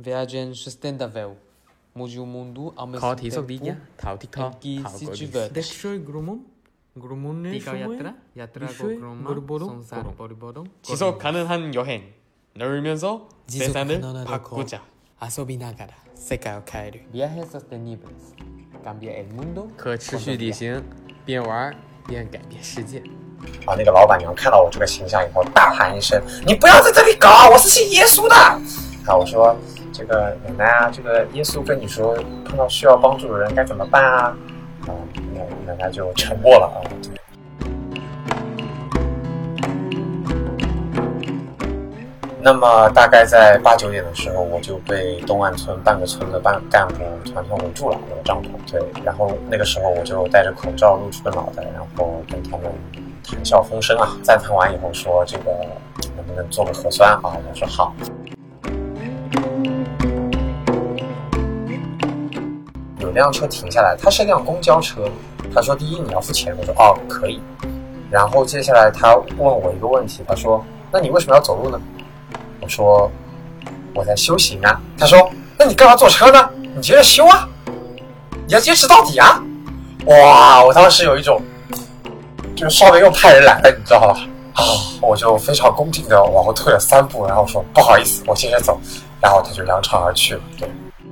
Viagem sustentável. Mude o mundo ao mesmo Có tempo thí sốc đi nhá. Thảo TikTok. em que Thảo se có diverte. Dekshoi grumum, grumunne Tika shumoe, 야트라 Bishoi 고그로마 gorbodo, 손살 버리버동 지속 가능한 여행. 놀면서 세상을 바꾸자. 바꾸자. 아소비 나가라. 세계를変える Viajes sostenibles. Cambia el mundo. 可持续旅行，边玩边改变世界。 那个老板娘看到我这个形象以后，大喊一声：“你不要在这里搞，我是信耶稣的！”我说：“这个奶奶啊，这个耶稣跟你说，碰到需要帮助的人该怎么办啊？”奶奶就沉默了啊。那么大概在8、9点的时候，我就被东岸村半个村的干部团围住了，我的帐篷。对，然后那个时候我就戴着口罩，露出个脑袋，然后跟他们谈笑风生啊。赞叹完以后说：“这个能不能做个核酸啊？”我说好。有辆车停下来，它是一辆公交车。他说：“第一，你要付钱。”我说：“哦，可以。”然后接下来他问我一个问题，他说：“那你为什么要走路呢？”我说：“我在修行啊。”他说：“那你干嘛坐车呢？你接着修啊，你要坚持到底啊！”哇，我当时有一种就稍微又派人来了，你知道吧？我就非常恭敬的往后退了3步，然后说：“不好意思，我接着走。”然后他就扬长而去了。对。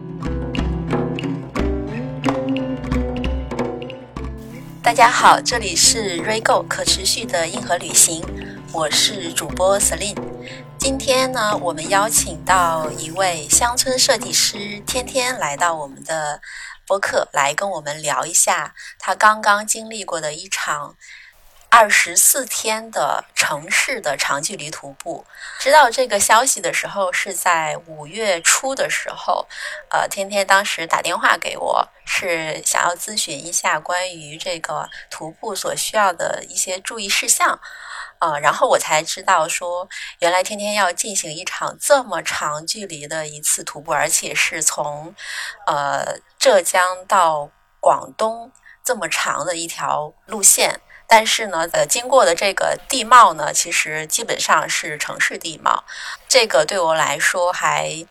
大家好，这里是 RayGo 可持续的硬核旅行，我是主播 Celine。今天呢，我们邀请到一位乡村设计师天天来到我们的播客，来跟我们聊一下他刚刚经历过的一场24天的城市的长距离徒步。知道这个消息的时候是在5月初的时候，天天当时打电话给我，是想要咨询一下关于这个徒步所需要的一些注意事项。然后我才知道说，原来天天要进行一场这么长距离的一次徒步，而且是从浙江到广东这么长的一条路线。但是呢，经过的这个地貌呢，其实基本上是城市地貌，这个对我来说还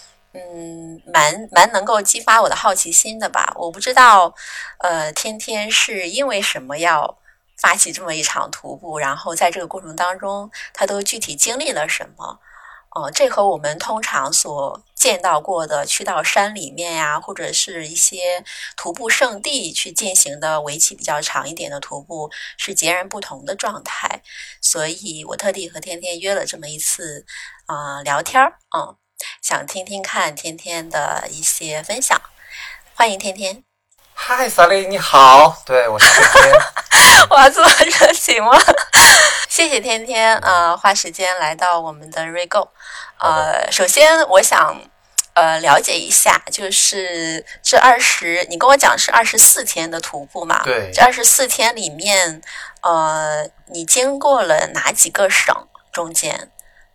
蛮能够激发我的好奇心的吧。我不知道天天是因为什么要发起这么一场徒步，然后在这个过程当中他都具体经历了什么。这和我们通常所见到过的去到山里面呀，或者是一些徒步圣地去进行的为期比较长一点的徒步是截然不同的状态。所以我特地和天天约了这么一次聊天想听听看天天的一些分享。欢迎天天。 嗨，萨莉，你好。对，我是天天。 我要这么热情吗？谢谢天天花时间来到我们的 RayGo。首先我想了解一下，就是你跟我讲是24天的徒步嘛？ 对。 这24天里面你经过了哪几个省中间？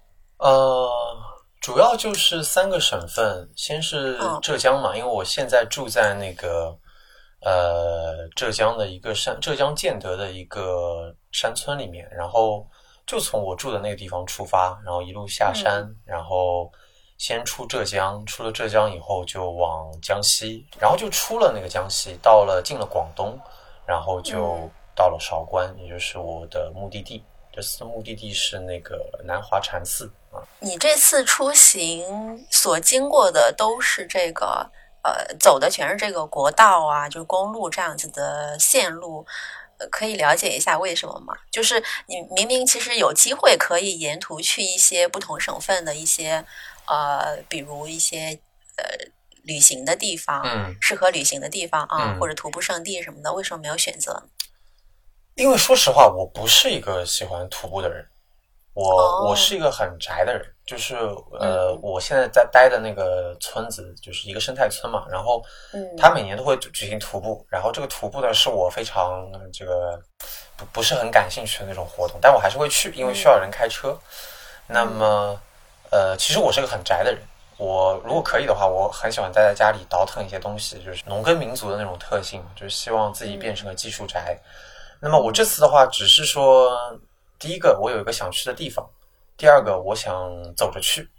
主要就是3个省份。先是浙江嘛，因为我现在住在那个浙江的一个浙江建德的一个山村里面，然后就从我住的那个地方出发，然后一路下山，然后先出浙江，出了浙江以后就往江西，然后就出了那个江西，进了广东，然后就到了韶关，也就是我的目的地。这次的目的地是那个南华禅寺你这次出行所经过的都是这个走的全是这个国道啊，就是公路这样子的线路，可以了解一下为什么吗？就是你明明其实有机会可以沿途去一些不同省份的一些比如一些旅行的地方，适合旅行的地方或者徒步圣地什么的，为什么没有选择？ 因为说实话，我不是一个喜欢徒步的人，我是一个很宅的人，就是我现在在待的那个村子就是一个生态村嘛，然后他每年都会举行徒步，然后这个徒步呢是我非常这个不是很感兴趣的那种活动，但我还是会去，因为需要人开车。那么其实我是个很宅的人，我如果可以的话，我很喜欢待在家里倒腾一些东西，就是农耕民族的那种特性，就是希望自己变成个技术宅。那么我这次的话只是说，第一个我有一个想去的地方，第二个我想走着去。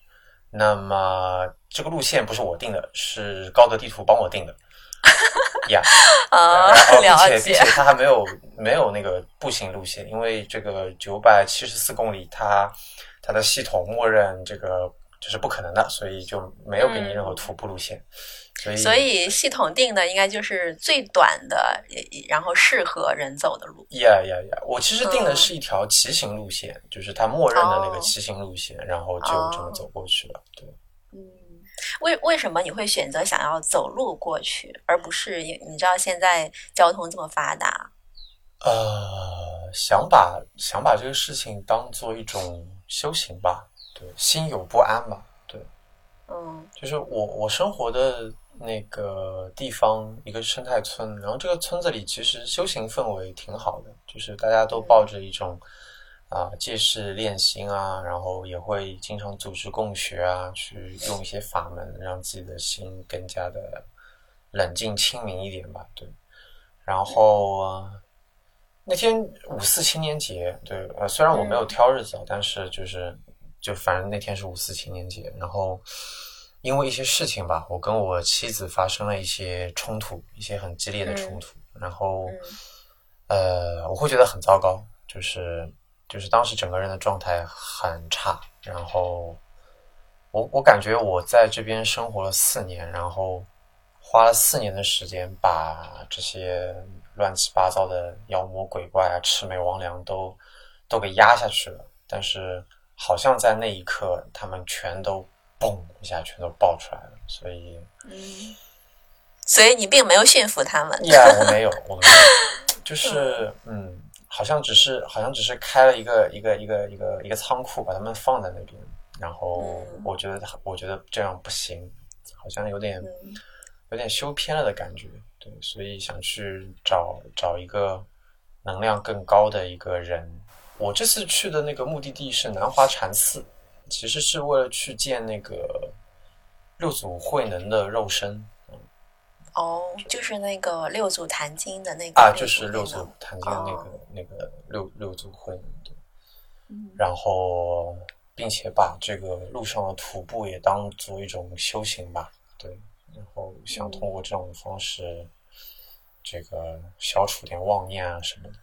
那么这个路线不是我定的，是高德地图帮我定的。呀，并且它还没有那个步行路线，因为这个974公里它的系统默认这个这是不可能的，所以就没有给你任何徒步路线。 所以系统定的应该就是最短的，然后适合人走的路。 我其实定的是一条骑行路线，就是它默认的那个骑行路线，然后就这么走过去了。对， 为什么你会选择想要走路过去，而不是你知道现在交通这么发达？ 想把这个事情当做一种修行吧，对，心有不安吧，对，就是我生活的那个地方一个生态村，然后这个村子里其实修行氛围挺好的，就是大家都抱着一种借势练心啊，然后也会经常组织共学啊，去用一些法门让自己的心更加的冷静清明一点吧，对。然后那天5·4青年节，对，虽然我没有挑日子，但是就反正那天是5·4青年节，然后因为一些事情吧，我跟我妻子发生了一些冲突，一些很激烈的冲突，然后我会觉得很糟糕，就是当时整个人的状态很差，然后我感觉我在这边生活了4年，然后花了4年的时间把这些乱七八糟的妖魔鬼怪啊、魑魅魍魉都给压下去了，但是好像在那一刻他们全都嘣一下全都爆出来了， 所以你并没有驯服他们。 我没有，就是好像只是开了一个仓库，把他们放在那边，然后我觉得这样不行，好像有点修偏了的感觉，对，所以想去找一个能量更高的一个人。我这次去的那个目的地是南华禅寺，其实是为了去见那个六祖慧能的肉身。 就是那个六祖坛经的那个就是六祖坛经的那个六祖慧能的，然后并且把这个路上的徒步也当做一种修行吧，对，然后想通过这种方式，这个消除点妄念啊什么的。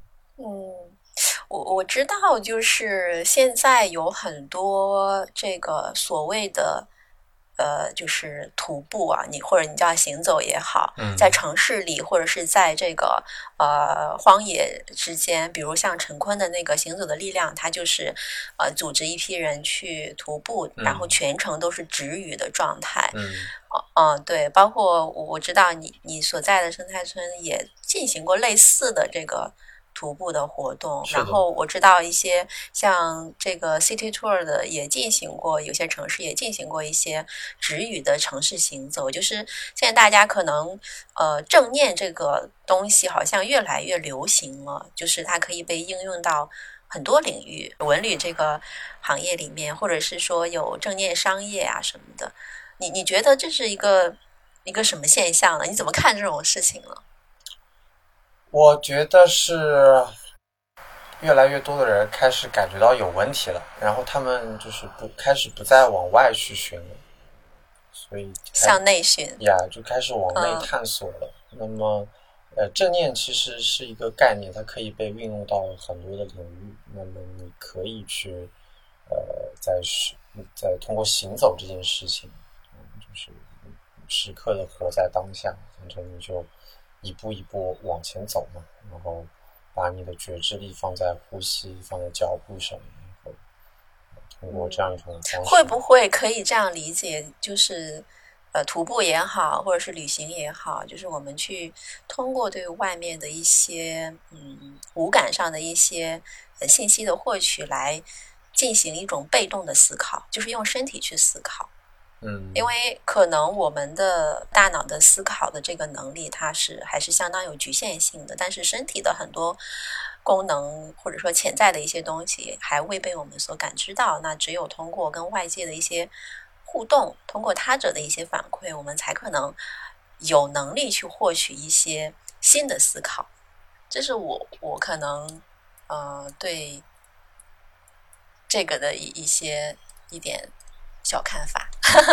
我知道，就是现在有很多这个所谓的就是徒步啊，或者你叫行走也好，在城市里或者是在这个荒野之间，比如像陈坤的那个行走的力量，他就是组织一批人去徒步，然后全程都是止语的状态。对，包括我知道你所在的生态村也进行过类似的这个徒步的活动，然后我知道一些像这个 City Tour 的也进行过，有些城市也进行过一些止语的城市行走。就是现在大家可能正念这个东西好像越来越流行了，就是它可以被应用到很多领域，文旅这个行业里面，或者是说有正念商业啊什么的。你觉得这是一个什么现象呢？你怎么看这种事情呢？ 我觉得是越来越多的人开始感觉到有问题了，然后他们就是开始不再往外去寻了，所以向内寻就开始往内探索了。那么正念其实是一个概念，它可以被运用到很多的领域。那么你可以去在通过行走这件事情，就是时刻的活在当下，反正你就一步一步往前走嘛，然后把你的觉知力放在呼吸，放在脚步上，然后通过这样一种方式， 会不会可以这样理解，就是徒步也好，或者是旅行也好，就是我们去通过对外面的一些五感上的一些信息的获取来进行一种被动的思考，就是用身体去思考。因为可能我们的大脑的思考的这个能力它还是相当有局限性的，但是身体的很多功能或者说潜在的一些东西还未被我们所感知到，那只有通过跟外界的一些互动，通过他者的一些反馈，我们才可能有能力去获取一些新的思考。这是我可能对这个的一点小看法。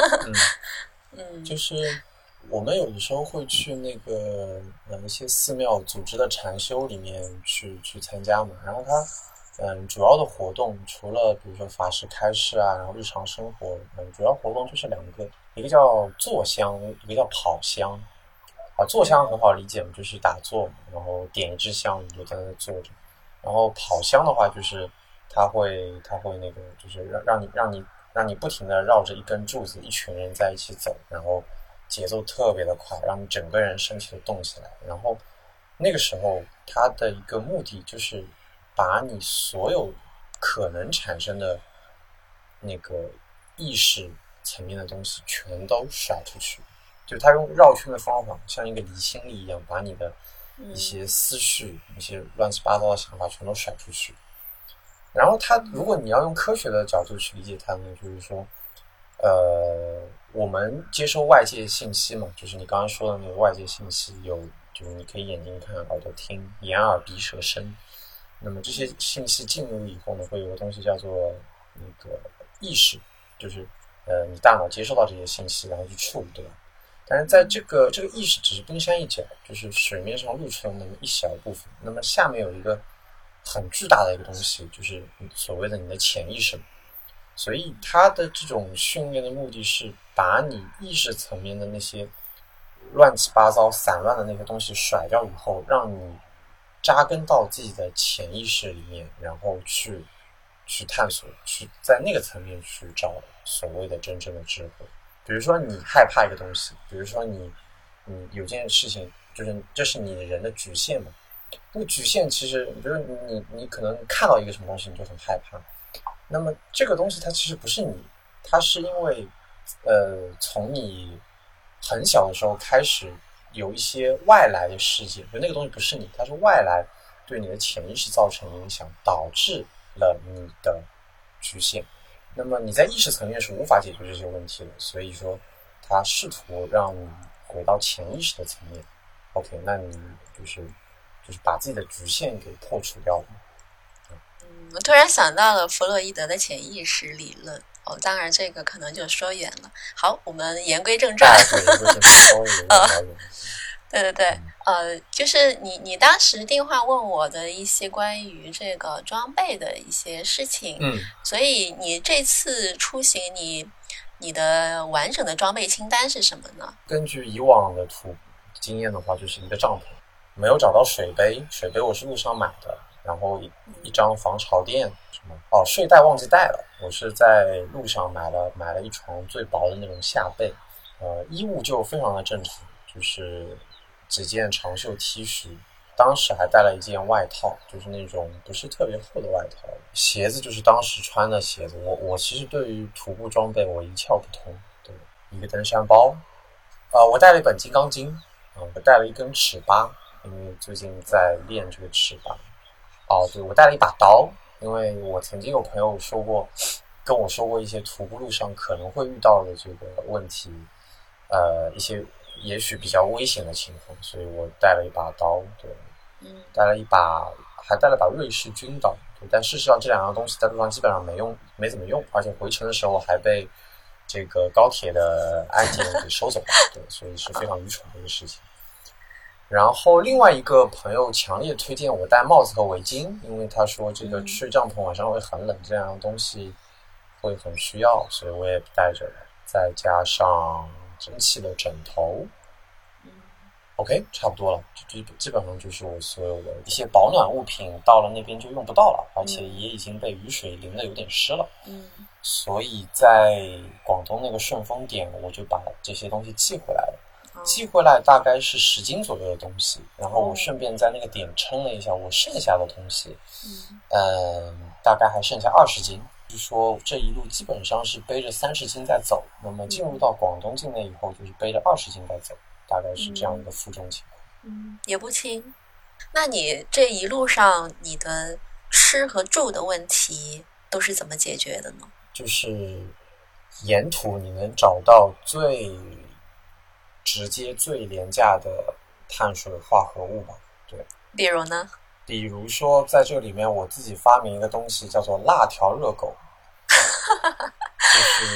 就是我们有的时候会去那个一些寺庙组织的禅修里面去参加嘛，然后它主要的活动除了比如说法师开示啊，然后日常生活主要活动就是两个，一个叫坐香，一个叫跑香。坐香很好理解嘛，就是打坐，然后点一支香你就在那坐着。然后跑香的话就是它会那个就是让你不停的绕着一根柱子，一群人在一起走，然后节奏特别的快，让你整个人身体都动起来。然后那个时候它的一个目的就是把你所有可能产生的那个意识层面的东西全都甩出去，就他用绕圈的方法，像一个离心力一样，把你的一些思绪、一些乱七八糟的想法全都甩出去。然后如果你要用科学的角度去理解它呢，就是说，我们接收外界信息嘛，就是你刚刚说的那个外界信息就是你可以眼睛看、耳朵听、眼耳鼻舌身。那么这些信息进入以后呢，会有个东西叫做那个意识，就是你大脑接收到这些信息，然后去处理，对吧？但是在这个意识只是冰山一角，就是水面上露出了那么一小部分。那么下面有一个很巨大的一个东西，就是所谓的你的潜意识。所以它的这种训练的目的是把你意识层面的那些乱七八糟散乱的那些东西甩掉以后，让你扎根到自己的潜意识里面，然后去探索，去在那个层面去找所谓的真正的智慧。比如说你害怕一个东西，比如说你有件事情，就是这是你人的局限嘛。那个局限其实，比如你可能看到一个什么东西你就很害怕，那么这个东西它其实不是你，它是因为从你很小的时候开始有一些外来的世界，就那个东西不是你，它是外来对你的潜意识造成影响，导致了你的局限。那么你在意识层面是无法解决这些问题的，所以说他试图让你回到潜意识的层面。 OK， 那你就是把自己的局限给破除掉了。 我突然想到了弗洛伊德的潜意识理论。当然这个可能就说远了。好，我们言归正传。对，就是你当时电话问我的一些关于这个装备的一些事情，所以你这次出行你的完整的装备清单是什么呢？ 根据以往的徒步经验的话，就是一个帐篷，没有找到水杯我是路上买的，然后一张防潮垫，什么睡袋忘记带了，我是在路上买了一床最薄的那种夏被。衣物就非常的正常，就是几件长袖 T 恤，当时还带了一件外套，就是那种不是特别厚的外套。鞋子就是当时穿的鞋子。我其实对于徒步装备我一窍不通。对，一个登山包，我带了一本金刚经，我带了一根尺八，因为最近在练这个尺八。对，我带了一把刀，因为我曾经有朋友跟我说过一些徒步路上可能会遇到的这个问题，一些也许比较危险的情况，所以我带了一把刀。对，还带了把瑞士军刀。对，但事实上这两样东西在路上基本上没怎么用，而且回程的时候还被这个高铁的安检给收走了。对，所以是非常愚蠢的一个事情。然后另外一个朋友强烈推荐我戴帽子和围巾，因为他说这个睡帐篷晚上会很冷，这样的东西会很需要，所以我也带着了。再加上蒸汽的枕头。OK， 差不多了，基本上就是我所有的一些保暖物品，到了那边就用不到了，而且也已经被雨水淋得有点湿了。所以在广东那个顺丰点，我就把这些东西寄回来了。寄回来大概是10斤左右的东西，然后我顺便在那个点称了一下我剩下的东西，大概还剩下20斤。就是说这一路基本上是背着30斤在走，那么进入到广东境内以后就是背着20斤在走，大概是这样一个负重情况。 也不轻。那你这一路上你的吃和住的问题都是怎么解决的呢？ 就是沿途你能找到最直接最廉价的碳水化合物吧。对， 比如呢？ 比如说在这里面我自己发明一个东西叫做辣条热狗。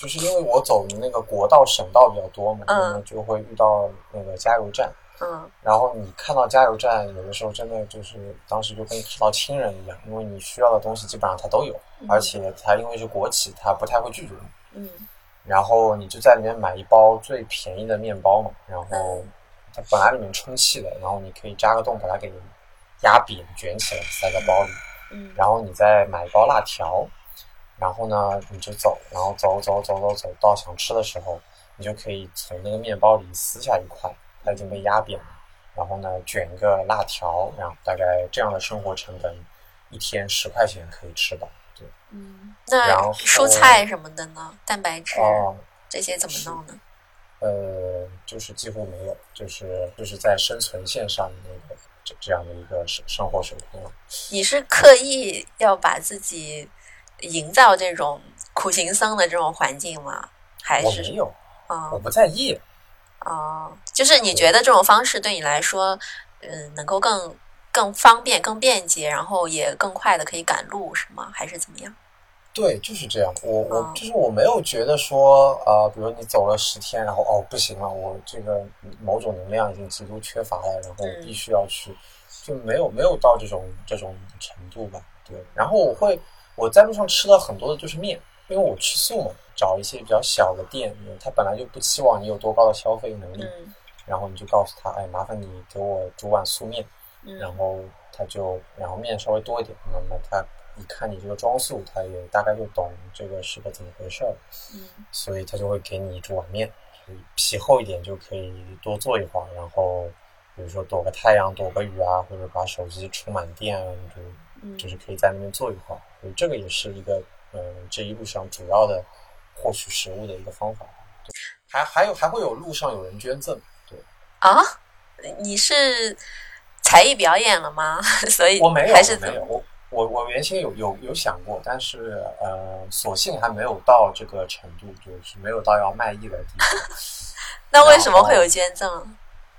就是因为我走的那个国道省道比较多嘛，那么就会遇到那个加油站。然后你看到加油站，有的时候真的就是当时就跟看到亲人一样，因为你需要的东西基本上它都有，而且它因为是国企，它不太会拒绝你。然后你就在里面买一包最便宜的面包嘛，然后它本来里面充气的，然后你可以扎个洞把它给压扁卷起来塞在包里。然后你再买一包辣条，然后呢你就走，然后走到想吃的时候，你就可以从那个面包里撕下一块，它已经被压扁了，然后呢卷一个辣条，然后大概这样的生活成本一天10块钱可以吃饱。对， 那蔬菜什么的呢？蛋白质这些怎么弄呢？ 就是几乎没有，就是在生存线上的那个这样的一个生活水平了。 你是刻意要把自己营造这种苦行僧的这种环境吗？还是我没有，我不在意。 就是你觉得这种方式对你来说，能够更方便、更便捷，然后也更快的可以赶路，是吗？还是怎么样？ 对，就是这样。我就是我没有觉得说比如你走了10天，然后不行了，我这个某种能量已经极度缺乏了，然后必须要去，就没有到这种程度吧。对，然后我在路上吃了很多的就是面，因为我吃素嘛，找一些比较小的店，他本来就不期望你有多高的消费能力，然后你就告诉他，麻烦你给我煮碗素面，然后然后面稍微多一点，那么他一看你这个装素，他也大概就懂这个是个怎么回事儿，所以他就会给你煮碗面，皮厚一点就可以多做一会儿，然后比如说躲个太阳躲个雨啊，或者把手机充满电啊，就是可以在那边坐一会儿，所以这个也是一个这一路上主要的获取食物的一个方法。对，还会有路上有人捐赠。对啊，你是才艺表演了吗？所以我没有， 还是没有，我原先有想过，但是所幸还没有到这个程度，就是没有到要卖艺的地方。 那为什么会有捐赠？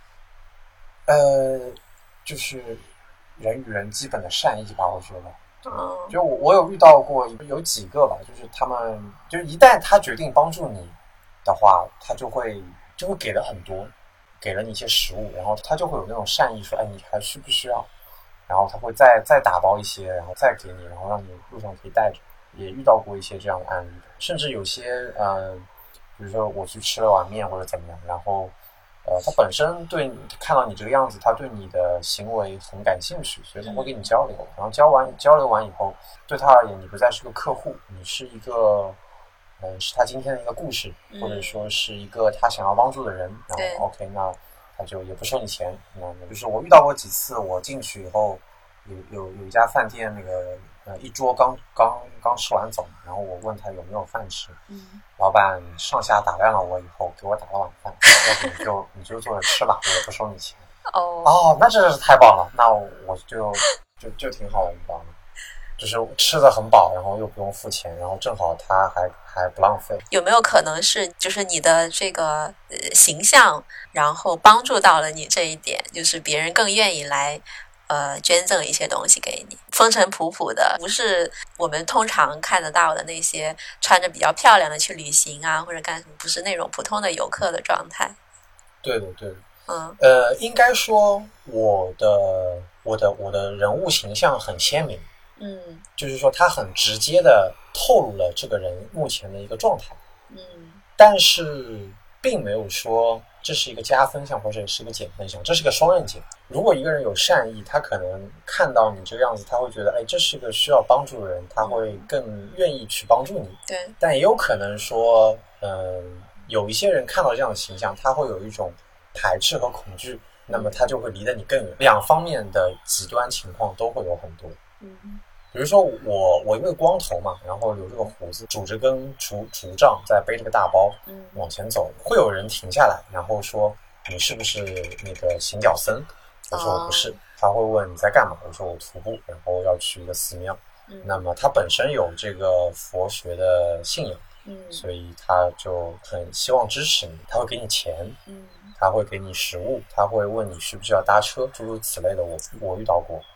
就是人与人基本的善意吧，我觉得。就我有遇到过有几个吧，就是他们就是一旦他决定帮助你的话，他就会给了很多，给了你一些食物，然后他就会有那种善意说，你还需不需要？然后他会再打包一些，然后再给你，然后让你路上可以带着。也遇到过一些这样的案例，甚至有些比如说我去吃了碗面或者怎么样，然后他本身对你看到你这个样子，他对你的行为很感兴趣，所以他会跟你交流，然后交流完以后，对他而言你不再是个客户，你是一个是他今天的一个故事，或者说是一个他想要帮助的人，然后 OK， 那他就也不收你钱。那就是我遇到过几次，我进去以后有一家饭店，那个一桌刚吃完走，然后我问他有没有饭吃，老板上下打量了我以后，给我打了碗饭，要不你就坐着吃吧，我也不收你钱。那真的是太棒了，那我就挺好的，你知道吗？就是吃的很饱，然后又不用付钱，然后正好他还不浪费。 有没有可能是就是你的这个形象，然后帮助到了你这一点，就是别人更愿意来捐赠一些东西给你，风尘仆仆的，不是我们通常看得到的那些穿着比较漂亮的去旅行啊，或者干什么，不是那种普通的游客的状态。 对的。应该说我的人物形象很鲜明，就是说他很直接的透露了这个人目前的一个状态，但是并没有说这是一个加分项或者是一个减分项，这是个双刃剑。如果一个人有善意，他可能看到你这个样子，他会觉得这是个需要帮助的人，他会更愿意去帮助你。 对， 但也有可能说有一些人看到这样的形象，他会有一种排斥和恐惧，那么他就会离得你更远。两方面的极端情况都会有很多。比如说我因为光头嘛，然后留这个胡子，拄着根竹杖，在背这个大包往前走，会有人停下来，然后说你是不是那个行脚僧？我说我不是。他会问你在干嘛？我说我徒步，然后要去一个寺庙。那么他本身有这个佛学的信仰，所以他就很希望支持你，他会给你钱，他会给你食物，他会问你需不需要搭车，诸如此类的。我遇到过。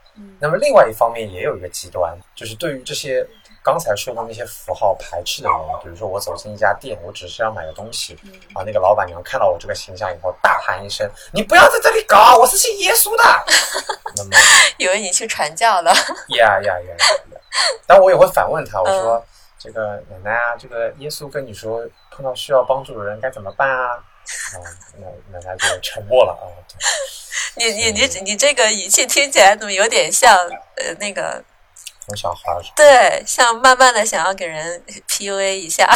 那么另外一方面也有一个极端，就是对于这些刚才说的那些符号排斥的人，比如说我走进一家店，我只是要买个东西，那个老板娘看到我这个形象以后大喊一声，你不要在这里搞，我是信耶稣的。那么以为你去传教了。 呀，但我也会反问他，我说这个奶奶啊，这个耶稣跟你说碰到需要帮助的人该怎么办啊？那奶奶就沉默了啊。 你这个语气听起来怎么有点像那个哄小孩是吧？ 对，像慢慢的想要给人 PUA 一下。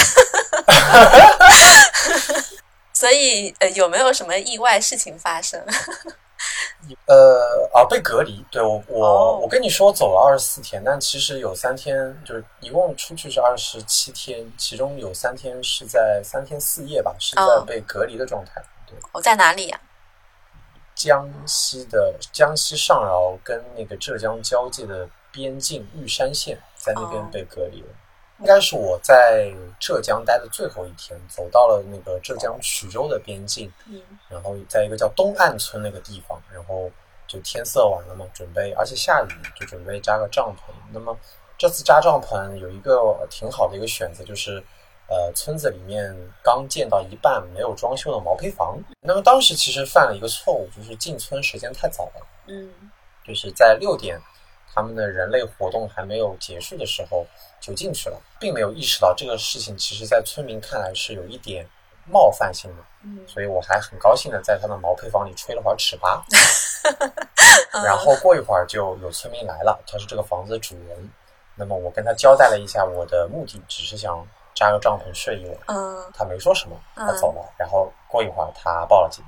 所以有没有什么意外事情发生？ 被隔离。对，我跟你说走了24天，但其实有3天，就是一共出去是27天，其中有3天是在3天4夜吧，是在被隔离的状态。对， 我在哪里呀？ 江西上饶跟那个浙江交界的边境玉山县，在那边被隔离了。应该是我在浙江待的最后一天，走到了那个浙江衢州的边境，然后在一个叫东岸村那个地方，然后就天色晚了嘛，而且下雨，就准备扎个帐篷。那么这次扎帐篷有一个挺好的一个选择，就是村子里面刚建到一半没有装修的毛坯房。那么当时其实犯了一个错误，就是进村时间太早了，就是在6点他们的人类活动还没有结束的时候就进去了，并没有意识到这个事情其实在村民看来是有一点冒犯性的，所以我还很高兴的在他的毛坯房里吹了会儿尺八。然后过一会儿就有村民来了，他是这个房子的主人，那么我跟他交代了一下我的目的，只是想扎个帐篷睡一晚，他没说什么，他走了，然后过一会儿他报了警。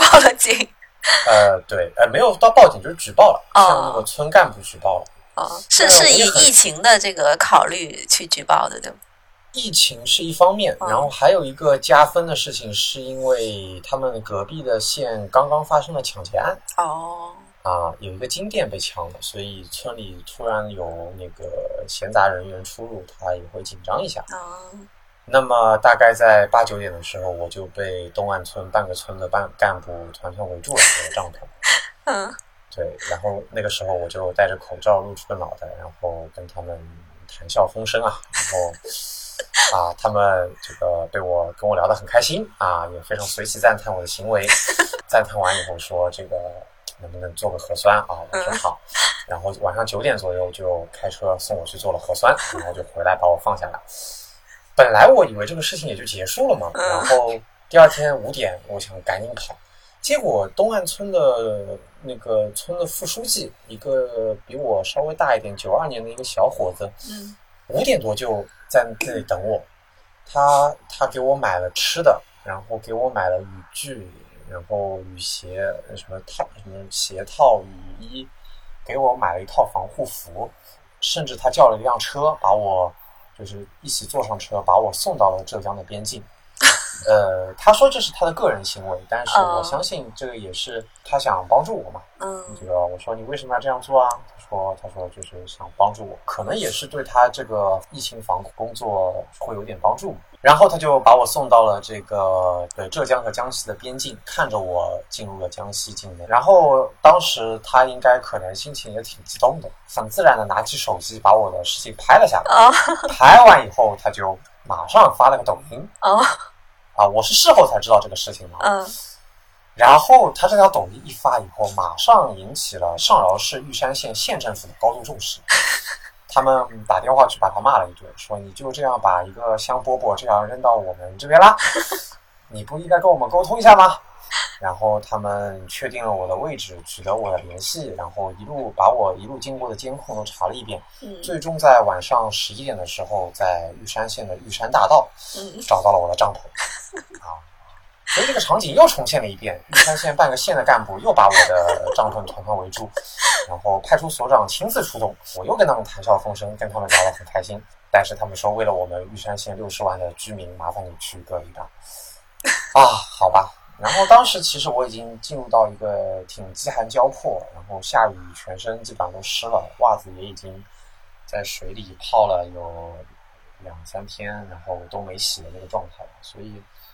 对，没有到报警，就是举报了，向那个村干部举报了。 是以疫情的这个考虑去举报的，对吗？ 疫情是一方面，然后还有一个加分的事情，是因为他们隔壁的县刚刚发生了抢劫案。有一个金店被抢了，所以村里突然有那个闲杂人员出入，他也会紧张一下。那么大概在8、9点的时候，我就被东岸村半个村的干部团围住了这个帐篷。对，然后那个时候我就戴着口罩露出个脑袋，然后跟他们谈笑风生啊，然后他们这个跟我聊得很开心啊，也非常随喜赞叹我的行为。赞叹完以后说这个能不能做个核酸啊？我说好。然后晚上9点左右就开车送我去做了核酸，然后就回来把我放下来。本来我以为这个事情也就结束了嘛，然后第2天5点我想赶紧跑，结果东岸村的那个村的副书记，一个比我稍微大一点92年的一个小伙子，5点多就在那里等我，他给我买了吃的，然后给我买了雨具，然后雨鞋，什么鞋套、雨衣，给我买了一套防护服，甚至他叫了一辆车把我就是一起坐上车，把我送到了浙江的边境。他说这是他的个人行为，但是我相信这个也是他想帮助我嘛。这个我说你为什么要这样做啊？他说就是想帮助我，可能也是对他这个疫情防控工作会有点帮助。然后他就把我送到了这个浙江和江西的边境，看着我进入了江西境内。然后当时他应该可能心情也挺激动的，很自然的拿起手机把我的事情拍了下来。拍完以后他就马上发了个抖音。我是事后才知道这个事情嘛。然后他这条抖音一发以后，马上引起了上饶市玉山县县政府的高度重视。他们打电话去把他骂了一顿，说你就这样把一个香饽饽这样扔到我们这边啦，你不应该跟我们沟通一下吗？然后他们确定了我的位置，取得我的联系，然后把我一路经过的监控都查了一遍，最终在晚上11点的时候，在玉山县的玉山大道找到了我的帐篷。所以这个场景又重现了一遍，玉山县半个县的干部又把我的帐篷团围住，然后派出所长亲自出动，我又跟他们谈笑风生，跟他们聊得很开心，但是他们说为了我们玉山县60万的居民，麻烦你去隔离吧。好吧。然后当时其实我已经进入到一个挺饥寒交迫，然后下雨，全身基本上都湿了，袜子也已经在水里泡了有2、3天，然后都没洗的那个状态，所以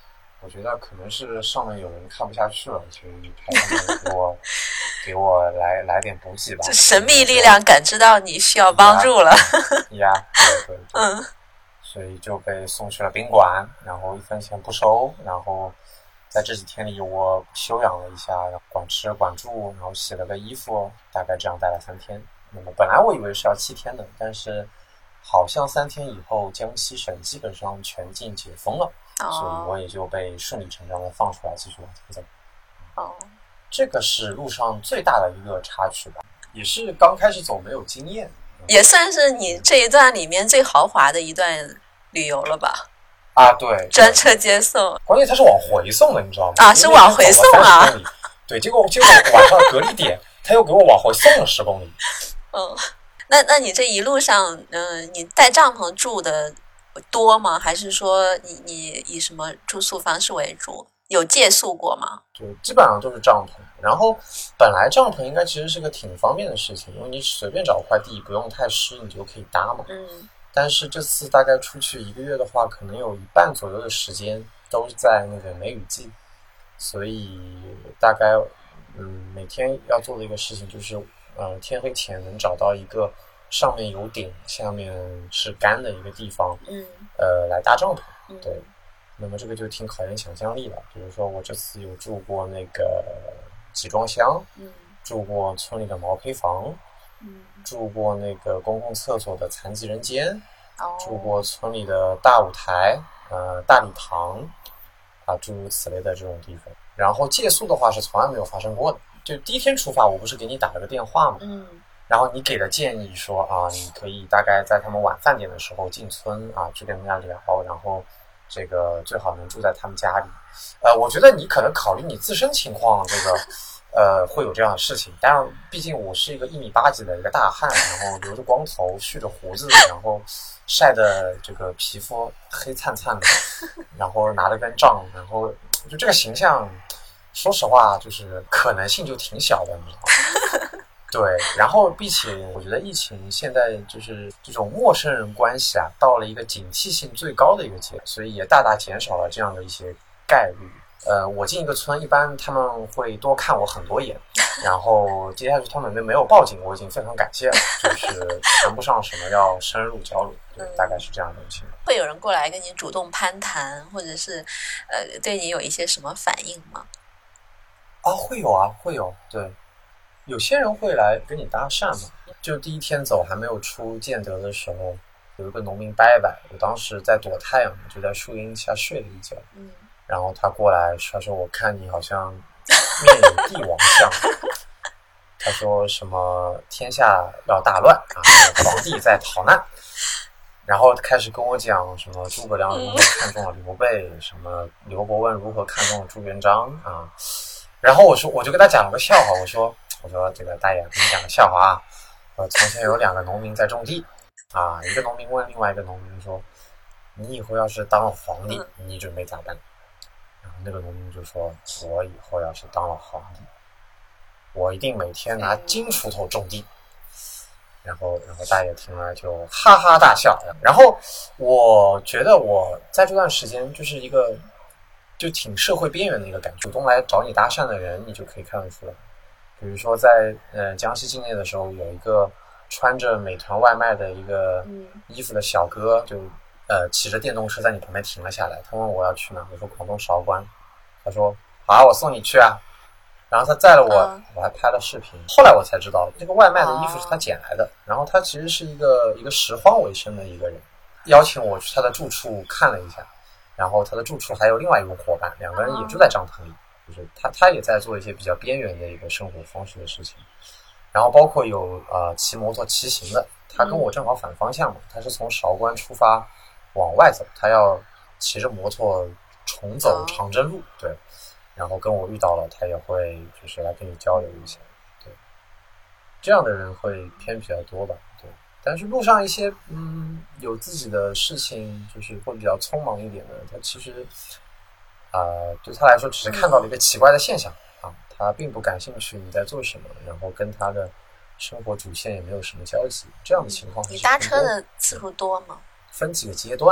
我觉得可能是上面有人看不下去了，所以派他们给我来点补给吧。 这神秘力量感知到你需要帮助了。 呀，对，所以就被送去了宾馆，然后1分钱不收，然后在这几天里我休养了一下，管吃管住，然后洗了个衣服，大概这样待了3天。那么本来我以为是要7天的，但是好像3天以后江西省基本上全境解封了，所以我也就被顺理成章的放出来继续往前走。这个是路上最大的一个插曲吧，也是刚开始走没有经验， 也算是你这一段里面最豪华的一段旅游了吧？ 对， 专车接送， 关键它是往回送的，你知道吗？ 是往回送啊。 对，结果晚上隔离点他又给我往回送了10公里。 那你这一路上，你带帐篷住的多吗？还是说你以什么住宿方式为主？有借宿过吗？ 就基本上都是帐篷，然后本来帐篷应该其实是个挺方便的事情，因为你随便找块地不用太湿，你就可以搭嘛。但是这次大概出去1个月的话，可能有1半左右的时间都是在那个梅雨季，所以大概每天要做的一个事情就是天黑前能找到一个上面有顶下面是干的一个地方，来搭帐篷。对，那么这个就挺考验想象力了。比如说我这次有住过那个集装箱，住过村里的毛坯房，住过那个公共厕所的残疾人间，住过村里的大舞台，大礼堂诸如此类的这种地方。然后借宿的话是从来没有发生过的。就第一天出发，我不是给你打了个电话吗？然后你给的建议说你可以大概在他们晚饭点的时候进村去跟人家聊，然后这个最好能住在他们家里。我觉得你可能考虑你自身情况，这个会有这样的事情。当然，毕竟我是一个1.8米几的一个大汉，然后留着光头，蓄着胡子，然后晒的这个皮肤黑灿灿的，然后拿了根杖，然后就这个形象，说实话就是可能性就挺小的，你知道吗？对，然后并且我觉得疫情现在就是这种陌生人关系到了一个警惕性最高的一个阶段，所以也大大减少了这样的一些概率。我进一个村一般他们会多看我很多眼，然后接下去他们没有报警，我已经非常感谢了，就是谈不上什么要深入交流，对，大概是这样的情况。 会有人过来跟你主动攀谈，或者是对你有一些什么反应吗？ 会有，对。有些人会来跟你搭讪嘛，就第一天走还没有出建德的时候，有一个农民伯伯，我当时在躲太阳，就在树荫下睡了一觉，然后他过来，他说我看你好像面有帝王相，他说什么天下要大乱皇帝在逃难，然后开始跟我讲什么诸葛亮如何看中了刘备，什么刘伯温如何看中了朱元璋然后我就跟他讲了个笑话，我说这个大爷跟你讲个笑话从前有2个农民在种地一个农民问另外一个农民说，你以后要是当了皇帝，你准备咋办？然后那个农民就说，我以后要是当了皇帝，我一定每天拿金锄头种地。然后大爷听了就哈哈大笑。然后我觉得我在这段时间就是一个就挺社会边缘的一个感觉，主动来找你搭讪的人你就可以看得出来。比如说在江西境内的时候，有一个穿着美团外卖的一个衣服的小哥，就骑着电动车在你旁边停了下来，他问我要去哪，我说广东韶关，他说好，我送你去啊。然后他载了我还拍了视频。后来我才知道这个外卖的衣服是他捡来的，然后他其实是一个拾荒为生的一个人，邀请我去他的住处看了一下，然后他的住处还有另外一个伙伴，2个人也住在帐篷里，就是他也在做一些比较边缘的一个生活方式的事情。然后包括有骑摩托骑行的，他跟我正好反方向嘛，他是从韶关出发往外走，他要骑着摩托重走长征路，对，然后跟我遇到了，他也会就是来跟你交流一下，对，这样的人会偏比较多吧，对。但是路上一些有自己的事情，就是会比较匆忙一点的，他其实对他来说只是看到了一个奇怪的现象他并不感兴趣你在做什么，然后跟他的生活主线也没有什么交集，这样的情况。 你搭车的次数多吗？ 分几个阶段，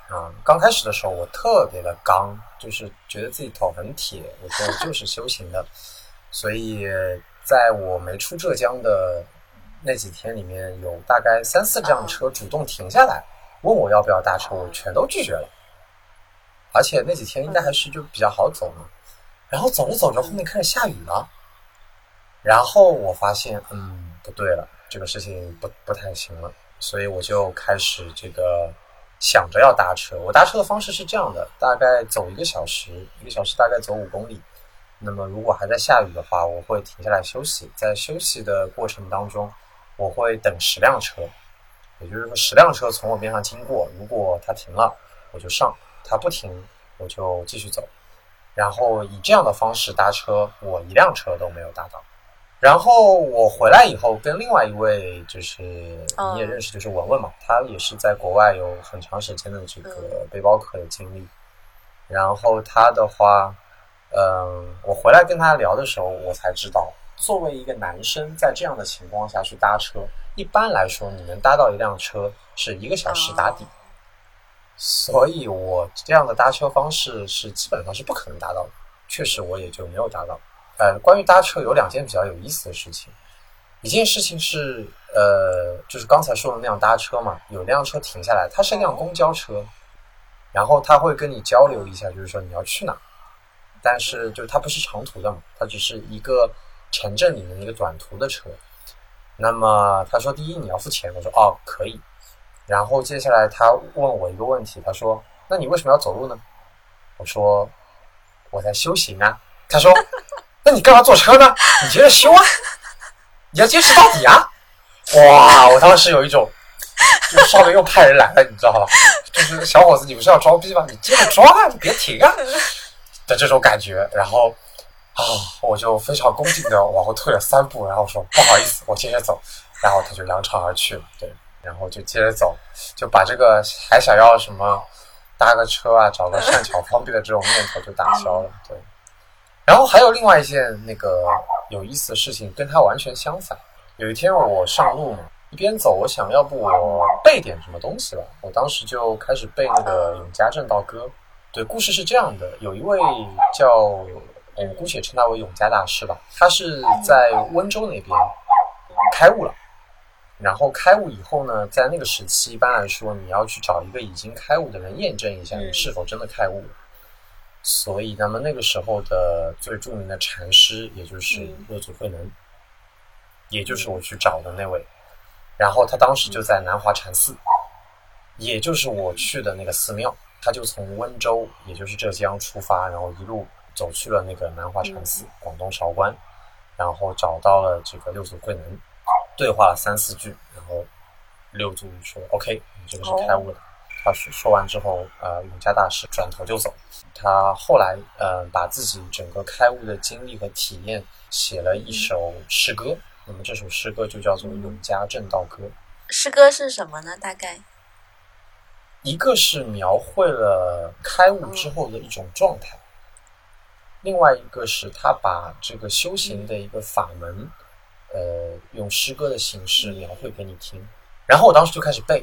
刚开始的时候我特别的刚，就是觉得自己头很铁，我觉得就是修行的，所以在我没出浙江的那几天里面，有大概3-4辆车主动停下来问我要不要搭车，我全都拒绝了。而且那几天应该还是就比较好走嘛。然后走着走着，后面开始下雨了，然后我发现不对了，这个事情不太行了，所以我就开始这个想着要搭车。我搭车的方式是这样的，大概走1个小时，1个小时大概走5公里。那么如果还在下雨的话，我会停下来休息，在休息的过程当中，我会等10辆车，也就是说10辆车从我边上经过，如果它停了我就上，它不停我就继续走。然后以这样的方式搭车，我1辆车都没有搭到。然后我回来以后跟另外一位就是你也认识，就是文文嘛，他也是在国外有很长时间的这个背包客的经历。然后他的话我回来跟他聊的时候，我才知道作为一个男生在这样的情况下去搭车，一般来说你能搭到1辆车是1个小时打底，所以我这样的搭车方式是基本上是不可能搭到的，确实我也就没有搭到。关于搭车有2件比较有意思的事情，一件事情是就是刚才说的那样搭车嘛，有辆车停下来，它是一辆公交车，然后他会跟你交流一下，就是说你要去哪，但是就是它不是长途的嘛，它只是一个城镇里面一个短途的车。那么他说第一你要付钱，我说可以。然后接下来他问我一个问题，他说那你为什么要走路呢？我说我在修行啊。他说那你干嘛坐车呢？你接着修啊，你要坚持到底啊。哇，我当时有一种就稍微又派人来了，你知道吧，就是小伙子你不是要装逼吗？你接着装啊，你别停啊的这种感觉。然后我就非常恭敬的往后退了3步，然后说不好意思我接着走，然后他就扬长而去了。对，然后就接着走，就把这个还想要什么搭个车啊找个善巧方便的这种念头就打消了。对，然后还有另外一件那个有意思的事情跟他完全相反。有一天我上路嘛，一边走我想要不我背点什么东西吧，我当时就开始背那个永嘉正道歌。对，故事是这样的，有一位叫我们姑且称他为永嘉大师吧，他是在温州那边开悟了。然后开悟以后呢，在那个时期一般来说你要去找一个已经开悟的人验证一下你是否真的开悟了。所以那么那个时候的最著名的禅师也就是六祖慧能，也就是我去找的那位。然后他当时就在南华禅寺，也就是我去的那个寺庙。他就从温州也就是浙江出发，然后一路走去了那个南华禅寺广东韶关，然后找到了这个六祖慧能，对话了3-4句，然后六祖说 OK 你这个是开悟的。他说完之后永嘉大师转头就走。他后来把自己整个开悟的经历和体验写了一首诗歌，那么这首诗歌就叫做永嘉正道歌。 诗歌是什么呢？大概一个是描绘了开悟之后的一种状态，另外一个是他把这个修行的一个法门用诗歌的形式描绘给你听。然后我当时就开始背，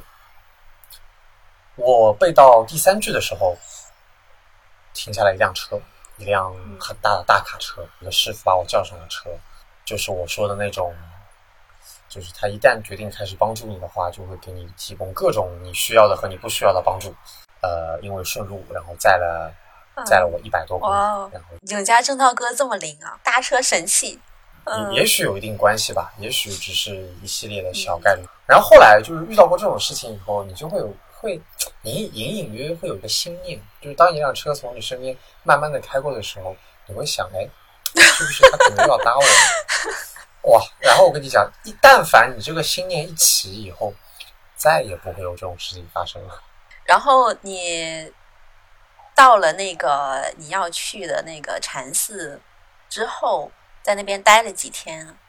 我背到第3句的时候停下来一辆车，一辆很大的大卡车，一个师傅把我叫上了车，就是我说的那种，就是他一旦决定开始帮助你的话，就会给你提供各种你需要的和你不需要的帮助。因为顺路，然后载了我100多公里。然后永嘉正道歌这么灵啊，搭车神器。 也许有一定关系吧，也许只是一系列的小概率。然后后来就是遇到过这种事情以后，你就会隐隐约约会有一个心念，就是当一辆车从你身边慢慢的开过的时候，你会想是不是他可能又要搭我哇！然后我跟你讲，但凡你这个心念一起以后，再也不会有这种事情发生了。 然后你到了那个你要去的那个禅寺之后，在那边待了几天啊？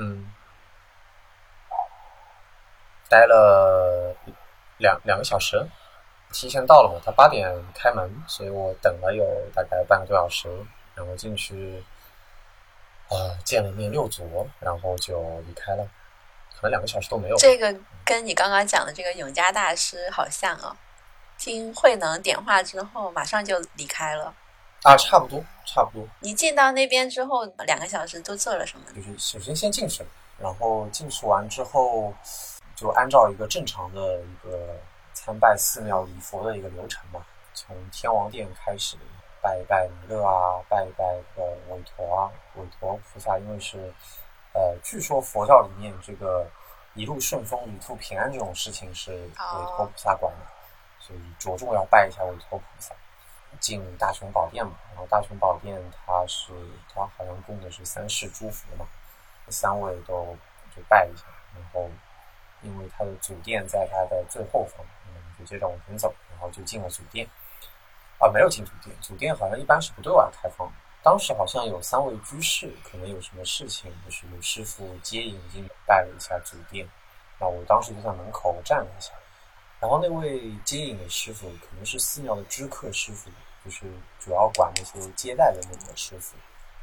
待了两个小时，提前到了嘛，他8点开门，所以我等了有大概半个多小时，然后进去见了一面六祖，然后就离开了，可能2个小时都没有。 这个跟你刚刚讲的这个永嘉大师好像哦。 听慧能点化之后，马上就离开了。 啊，差不多。 你进到那边之后，2个小时都做了什么？ 就是首先先进去了，然后进去完之后，就按照一个正常的一个参拜寺庙礼佛的一个流程嘛，从天王殿开始拜一拜弥勒啊，拜一拜韦陀啊，韦陀菩萨，因为是据说佛教里面这个一路顺风、旅途平安这种事情是韦陀菩萨管的，所以着重要拜一下韦陀菩萨。进大雄宝殿嘛，然后大雄宝殿它好像供的是三世诸佛嘛，3位都就拜一下，然后因为它的主殿在它的最后方，就接着往前走，然后就进了主殿。没有进主殿，主殿好像一般是不对外开放的。当时好像有3位居士，可能有什么事情，就是有师傅接引进拜了一下主殿，那我当时就在门口站了一下。然后那位接引的师傅可能是寺庙的知客师傅，就是主要管那些接待的那个师傅。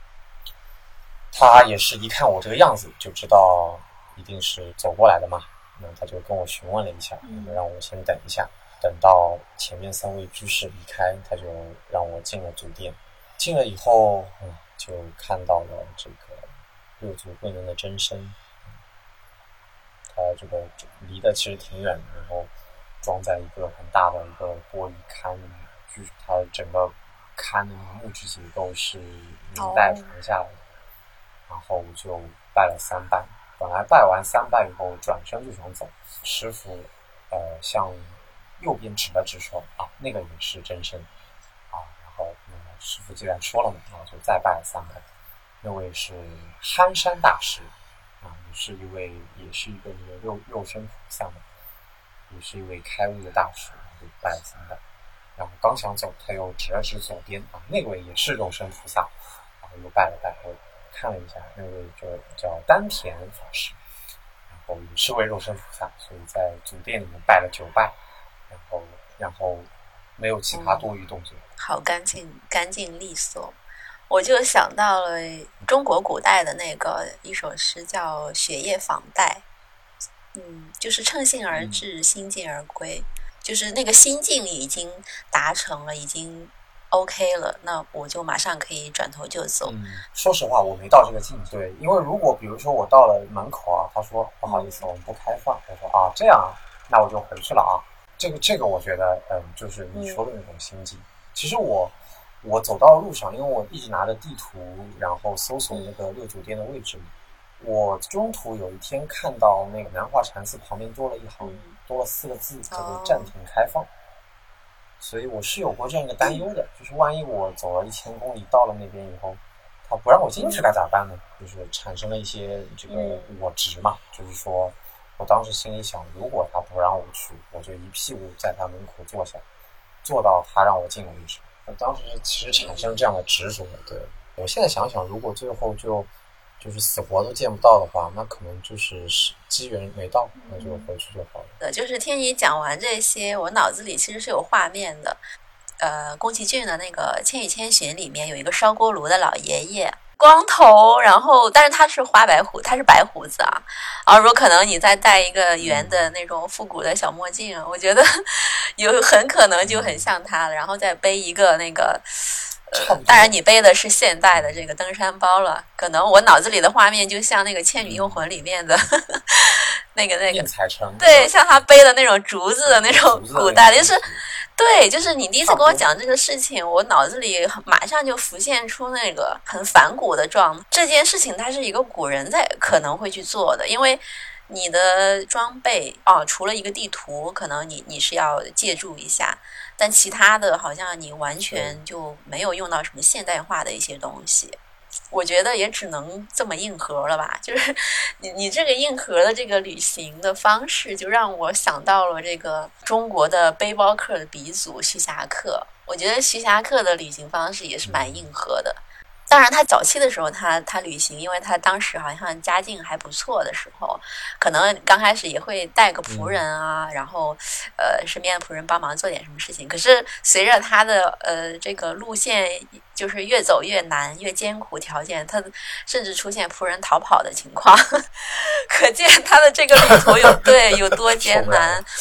他也是一看我这个样子就知道一定是走过来的嘛，那他就跟我询问了一下，让我先等一下，等到前面3位居士离开，他就让我进了主殿。进了以后，就看到了这个六祖慧能的真身。他这个离得其实挺远的，然后装在一个很大的一个玻璃龛里面，就是它整个龛的木质结构是明代传下来的。然后我就拜了3拜，本来拜完3拜以后转身就想走，师傅向右边指了指说那个也是真身然后师傅既然说了嘛，然后就再拜了3拜。那位是憨山大师也是一个那个肉身菩萨嘛，也是一位开悟的大师，就拜了3拜。然后刚想走，他又指了指左边那位也是肉身菩萨，然后又拜了拜。我看了一下，那位就叫丹田法师，然后也是位肉身菩萨，所以在主殿里面拜了9拜，然后没有其他多余动作。 好干净利索。我就想到了中国古代的那个一首诗叫《雪夜访戴》，就是乘兴而至，心静而归，就是那个心境已经达成了，已经 OK 了，那我就马上可以转头就走。 说实话，我没到这个境界。对，因为如果比如说我到了门口他说不好意思，我们不开放，我说这样那我就回去了这个我觉得就是你说的那种心境。其实我走到路上，因为我一直拿着地图，然后搜索那个六祖殿的位置。我中途有一天看到那个南华禅寺旁边多了一行，多了4个字，叫做暂停开放。所以我是有过这样一个担忧的，就是万一我走了1000公里到了那边以后，他不让我进去该咋办呢？就是产生了一些这个我执嘛，就是说我当时心里想，如果他不让我去，我就一屁股在他门口坐下，坐到他让我进为止。当时其实产生这样的执着。对，我现在想想，如果最后就是死活都见不到的话，那可能就是机缘没到，那就回去就好了。 就是听你讲完这些，我脑子里其实是有画面的。宫崎骏的那个《千与千寻》里面有一个烧锅炉的老爷爷，光头，然后但是他是他是白胡子然后如果可能你再戴一个圆的那种复古的小墨镜，我觉得很可能就很像他了，然后再背一个那个当然你背的是现代的这个登山包了，可能我脑子里的画面就像那个《倩女幽魂》里面的那个对，像他背的那种竹子的那种古代，就是对，就是你第一次跟我讲这个事情，我脑子里马上就浮现出那个很反骨的状态。这件事情它是一个古人可能会去做的，因为你的装备除了一个地图可能你是要借助一下，但其他的好像你完全就没有用到什么现代化的一些东西。我觉得也只能这么硬核了吧，就是你这个硬核的这个旅行的方式，就让我想到了这个中国的背包客的鼻祖徐霞客。我觉得徐霞客的旅行方式也是蛮硬核的。当然他早期的时候他旅行，因为他当时好像家境还不错的时候，可能刚开始也会带个仆人然后身边的仆人帮忙做点什么事情。可是随着他的这个路线就是越走越难越艰苦条件，他甚至出现仆人逃跑的情况可见他的这个旅途有多艰难。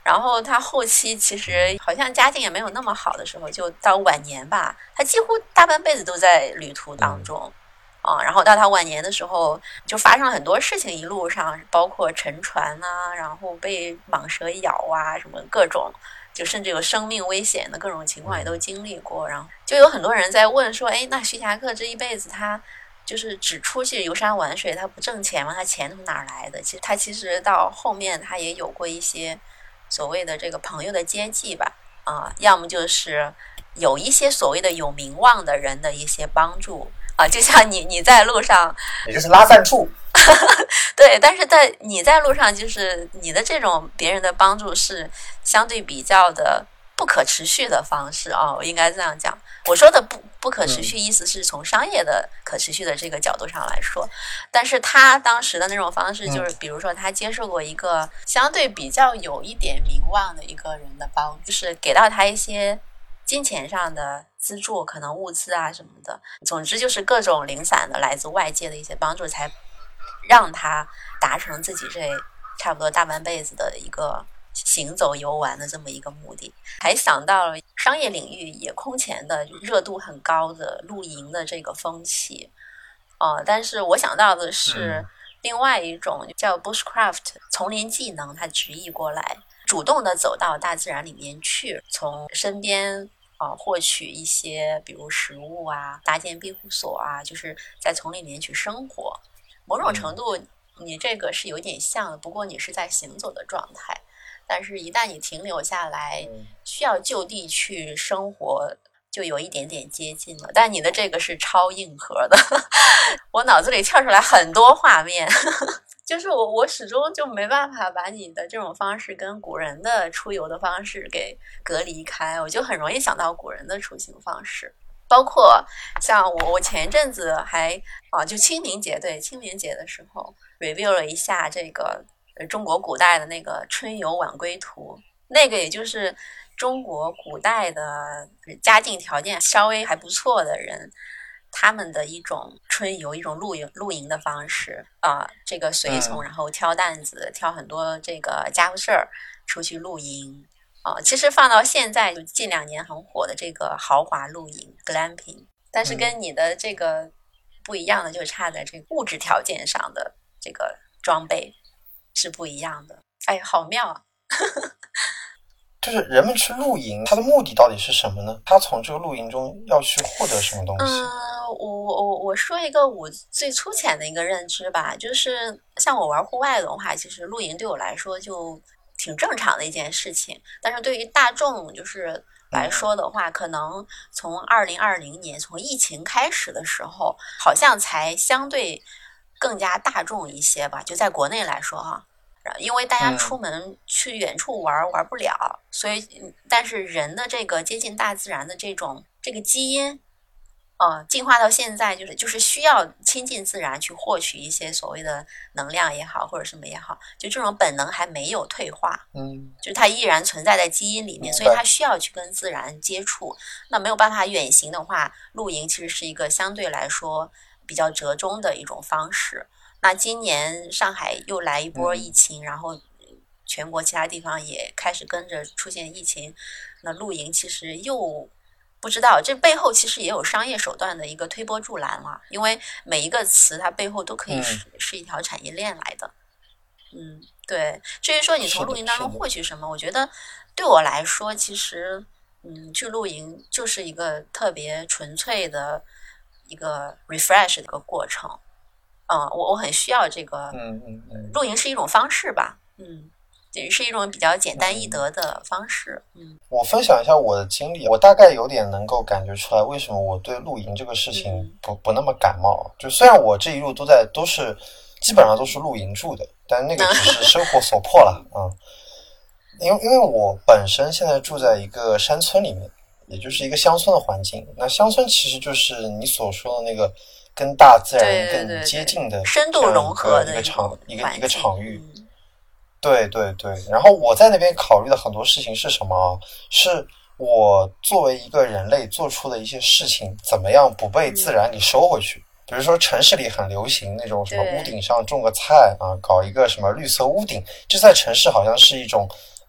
然后他后期其实好像家境也没有那么好的时候，就到晚年吧，他几乎大半辈子都在旅途当中。然后到他晚年的时候，就发生了很多事情，一路上包括沉船啊，然后被蟒蛇咬啊，什么各种，就甚至有生命危险的各种情况也都经历过。然后就有很多人在问说，哎，那徐霞客这一辈子他就是只出去游山玩水，他不挣钱吗？他钱从哪儿来的？其实到后面他也有过一些所谓的这个朋友的接济吧，要么就是有一些所谓的有名望的人的一些帮助。就像你在路上， 也就是拉赞助， 对，但是你在路上，就是你的这种别人的帮助是相对比较的不可持续的方式我应该这样讲。我说的不可持续，意思是从商业的可持续的这个角度上来说，但是他当时的那种方式，就是比如说他接受过一个相对比较有一点名望的一个人的帮助，就是给到他一些金钱上的资助，可能物资啊什么的，总之就是各种零散的来自外界的一些帮助，才让他达成自己这差不多大半辈子的一个行走游玩的这么一个目的。还想到了商业领域也空前的热度很高的露营的这个风气但是我想到的是另外一种叫 bushcraft 丛林技能，它直译过来主动的走到大自然里面去，从身边获取一些比如食物啊，搭建庇护所啊，就是在丛林里面去生活。某种程度你这个是有点像的，不过你是在行走的状态，但是一旦你停留下来需要就地去生活，就有一点点接近了。但你的这个是超硬核的我脑子里跳出来很多画面就是我始终就没办法把你的这种方式跟古人的出游的方式给隔离开，我就很容易想到古人的出行方式。包括像我前一阵子还就清明节的时候 review 了一下这个中国古代的那个春游晚归图，那个也就是中国古代的家境条件稍微还不错的人他们的一种春游，一种露营的方式这个随从然后挑担子挑很多这个家伙事儿出去露营其实放到现在就近2年很火的这个豪华露营 glamping， 但是跟你的这个不一样的就差在这个物质条件上的这个装备是不一样的。哎，好妙啊就是人们去露营它的目的到底是什么呢？他从这个露营中要去获得什么东西？ 我说一个我最粗浅的一个认知吧，就是像我玩户外的话，其实露营对我来说就挺正常的一件事情，但是对于大众就是来说的话，可能从2020年从疫情开始的时候，好像才相对更加大众一些吧，就在国内来说因为大家出门去远处玩不了，所以但是人的这个接近大自然的这个基因进化到现在就是需要亲近自然去获取一些所谓的能量也好或者什么也好，就这种本能还没有退化就是它依然存在在基因里面，所以它需要去跟自然接触。那没有办法远行的话，露营其实是一个相对来说比较折中的一种方式。那今年上海又来一波疫情然后全国其他地方也开始跟着出现疫情，那露营其实又不知道这背后其实也有商业手段的一个推波助澜了，因为每一个词它背后都可以是一条产业链来的。对。至于说你从露营当中获取什么，我觉得对我来说其实去露营就是一个特别纯粹的一个 refresh 的一个过程。我很需要这个露营是一种方式吧，也是一种比较简单易得的方式。 我分享一下我的经历，我大概有点能够感觉出来为什么我对露营这个事情不那么感冒。就虽然我这一路都是基本上都是露营住的，但那个只是生活所迫了因为我本身现在住在一个山村里面，也就是一个乡村的环境。那乡村其实就是你所说的那个跟大自然更接近的深度融合的一个场域。对。然后我在那边考虑的很多事情是什么？是我作为一个人类做出的一些事情怎么样不被自然给收回去。比如说城市里很流行那种什么屋顶上种个菜搞一个什么绿色屋顶，这在城市好像是一种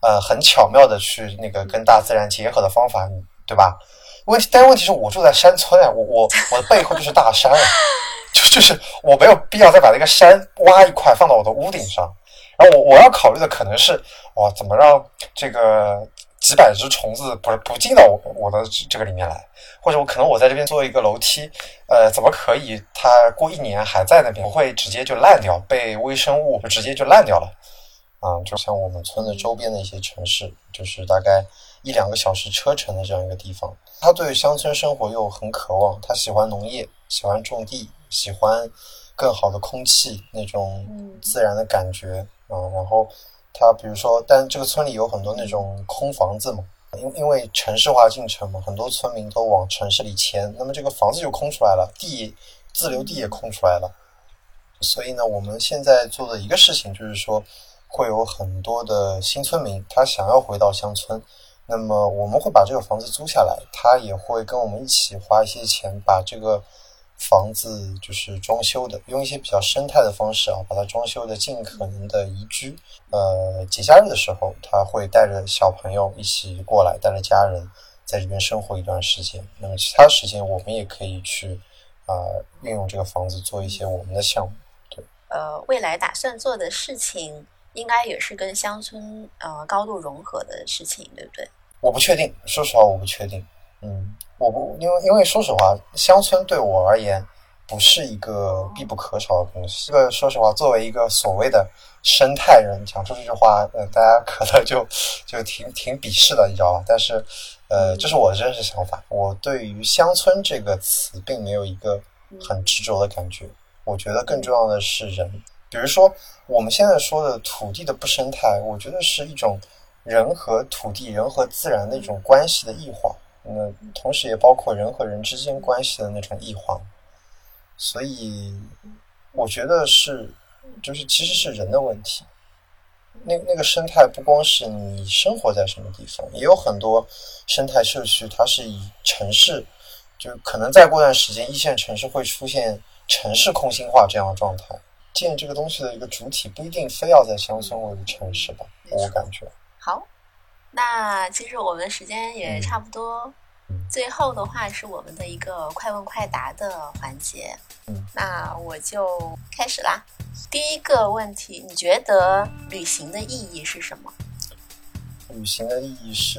很巧妙的去那个跟大自然结合的方法，对吧？但是问题是我住在山村啊，我的背后就是大山啊，就是我没有必要再把那个山挖一块放到我的屋顶上。然后我要考虑的可能是怎么让这个几百只虫子不进到我的这个里面来，或者我在这边做一个楼梯，怎么可以它过1年还在那边，不会直接就烂掉，被微生物直接就烂掉了。就像我们村的周边的一些城市，就是大概1-2个小时车程的这样一个地方，他对乡村生活又很渴望，他喜欢农业，喜欢种地，喜欢更好的空气，那种自然的感觉然后他比如说，但这个村里有很多那种空房子嘛，因为城市化进程嘛，很多村民都往城市里迁，那么这个房子就空出来了，自留地也空出来了。所以呢，我们现在做的一个事情就是说，会有很多的新村民他想要回到乡村，那么我们会把这个房子租下来，他也会跟我们一起花一些钱把这个房子就是装修的，用一些比较生态的方式把它装修的尽可能的宜居。节假日的时候他会带着小朋友一起过来，带着家人在这边生活一段时间，那么其他时间我们也可以去运用这个房子做一些我们的项目。对， 未来打算做的事情应该也是跟乡村高度融合的事情，对不对？ 我不确定，说实话我不确定。因为说实话，乡村对我而言不是一个必不可少的东西。这个说实话，作为一个所谓的生态人，讲出这句话，大家可能就挺鄙视的，你知道吧？但是这是我的真实想法。我对于乡村这个词并没有一个很执着的感觉。我觉得更重要的是人。比如说我们现在说的土地的不生态，我觉得是一种人和土地、人和自然的一种关系的异化，同时也包括人和人之间关系的那种异化。所以我觉得其实是人的问题。那个生态不光是你生活在什么地方，也有很多生态社区它是以城市，就可能再过段时间1线城市会出现城市空心化这样的状态。建这个东西的一个主体不一定非要在乡村或者城市吧，我感觉。 好，那其实我们时间也差不多，最后的话是我们的一个快问快答的环节。那我就开始啦。第一个问题，你觉得旅行的意义是什么？ 旅行的意义是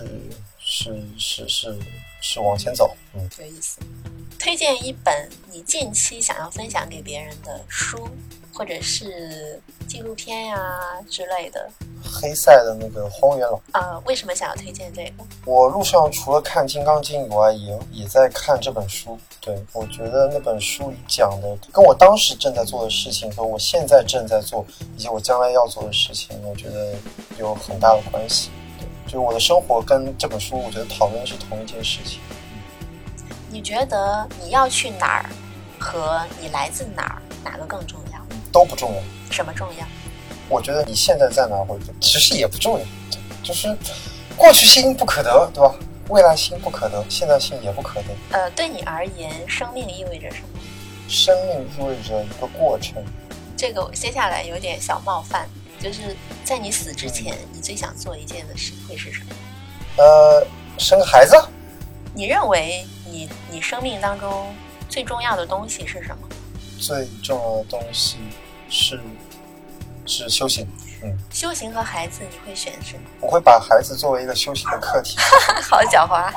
往前走。 有意思。推荐一本你近期想要分享给别人的书，或者是纪录片之类的。 黑塞的那个《荒原狼》。 为什么想要推荐这个？ 我路上除了看《金刚经》以外，也在看这本书。对，我觉得那本书里讲的跟我当时正在做的事情和我现在正在做以及我将来要做的事情，我觉得有很大的关系。对，就是我的生活跟这本书我觉得讨论的是同一件事情。 你觉得你要去哪儿和你来自哪儿，哪个更重要？ 都不重要。 什么重要？ 我觉得你现在在哪儿其实也不重要，就是过去心不可得，对吧？未来心不可得，现在心也不可得。 对你而言，生命意味着什么？ 生命意味着一个过程。 这个接下来有点小冒犯，就是在你死之前，你最想做一件的事会是什么？ 生个孩子。 你认为你生命当中最重要的东西是什么？最重要的东西是修行。 修行和孩子你会选什么？ 我会把孩子作为一个修行的课题。 好狡猾。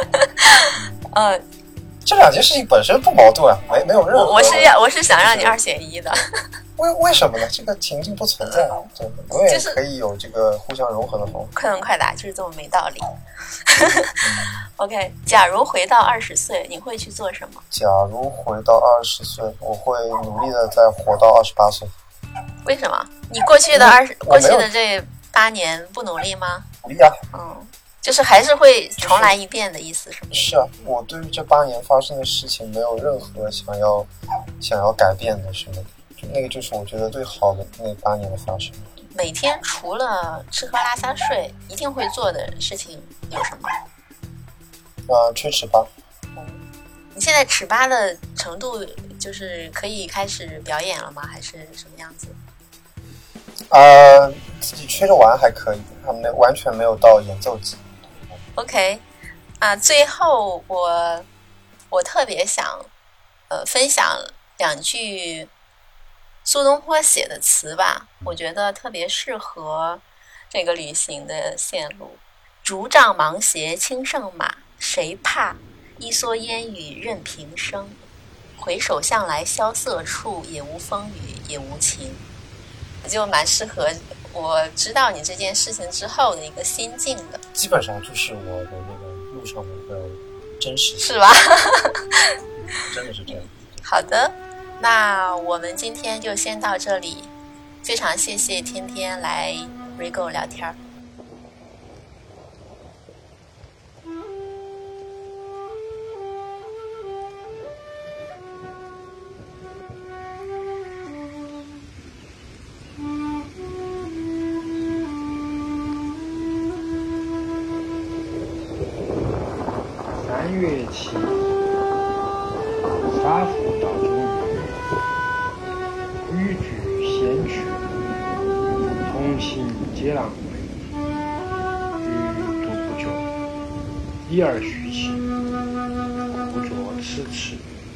这两件事情本身不矛盾啊，没有任何。 我是想让你2选1的。 为什么呢？这个情境不存在，对，永远可以有这个互相融合的方法。 快问快答就是这么没道理。OK， 假如回到20岁，你会去做什么？ 假如回到20岁，我会努力的再活到28岁。 为什么？你过去的这8年不努力吗？ 努力啊。 就是还是会重来一遍的意思是吗？ 是啊，我对于这8年发生的事情没有任何想要改变的什么，那个就是我觉得最好的那8年的发生。 每天除了吃喝拉撒睡，一定会做的事情有什么？ 吹尺八。 你现在尺八的程度就是可以开始表演了吗？还是什么样子？ 自己吹着玩还可以，还完全没有到演奏级。 OK， 最后我特别想分享2句苏东坡写的词吧，我觉得特别适合这个旅行的线路。竹杖芒鞋轻胜马，谁怕？一蓑烟雨任平生。回首向来萧瑟处，也无风雨也无晴。就蛮适合我知道你这件事情之后的一个心境的。 基本上就是我的那个路上的一个真实性， 是吧？ 真的是这样。 好的，那我们今天就先到这里，非常谢谢天天来 Rego 聊天。 3月起，杀父道中曰：欲拒先去，同行皆狼狈。欲独不久，一而须其，不作此词。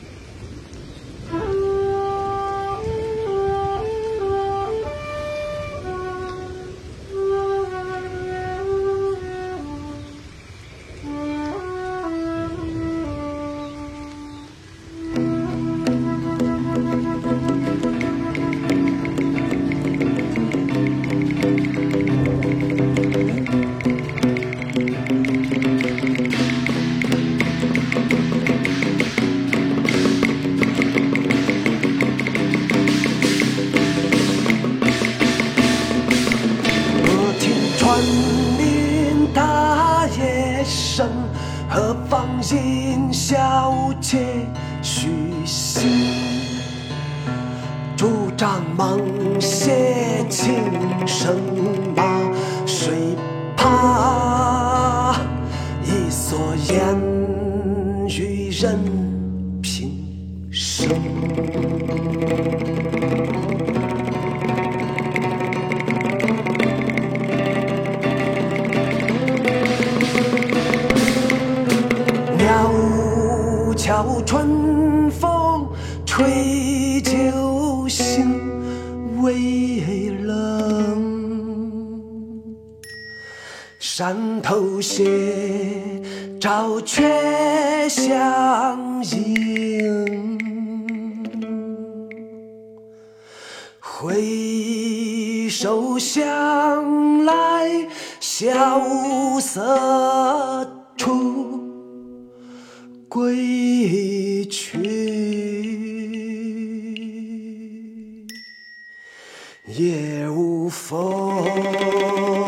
何妨吟啸且虚心，竹杖芒鞋轻胜马，谁怕？一蓑烟雨任平生。悄春风吹酒醒，微冷。山头斜照却相迎，回首向来萧瑟处，归去，也无风。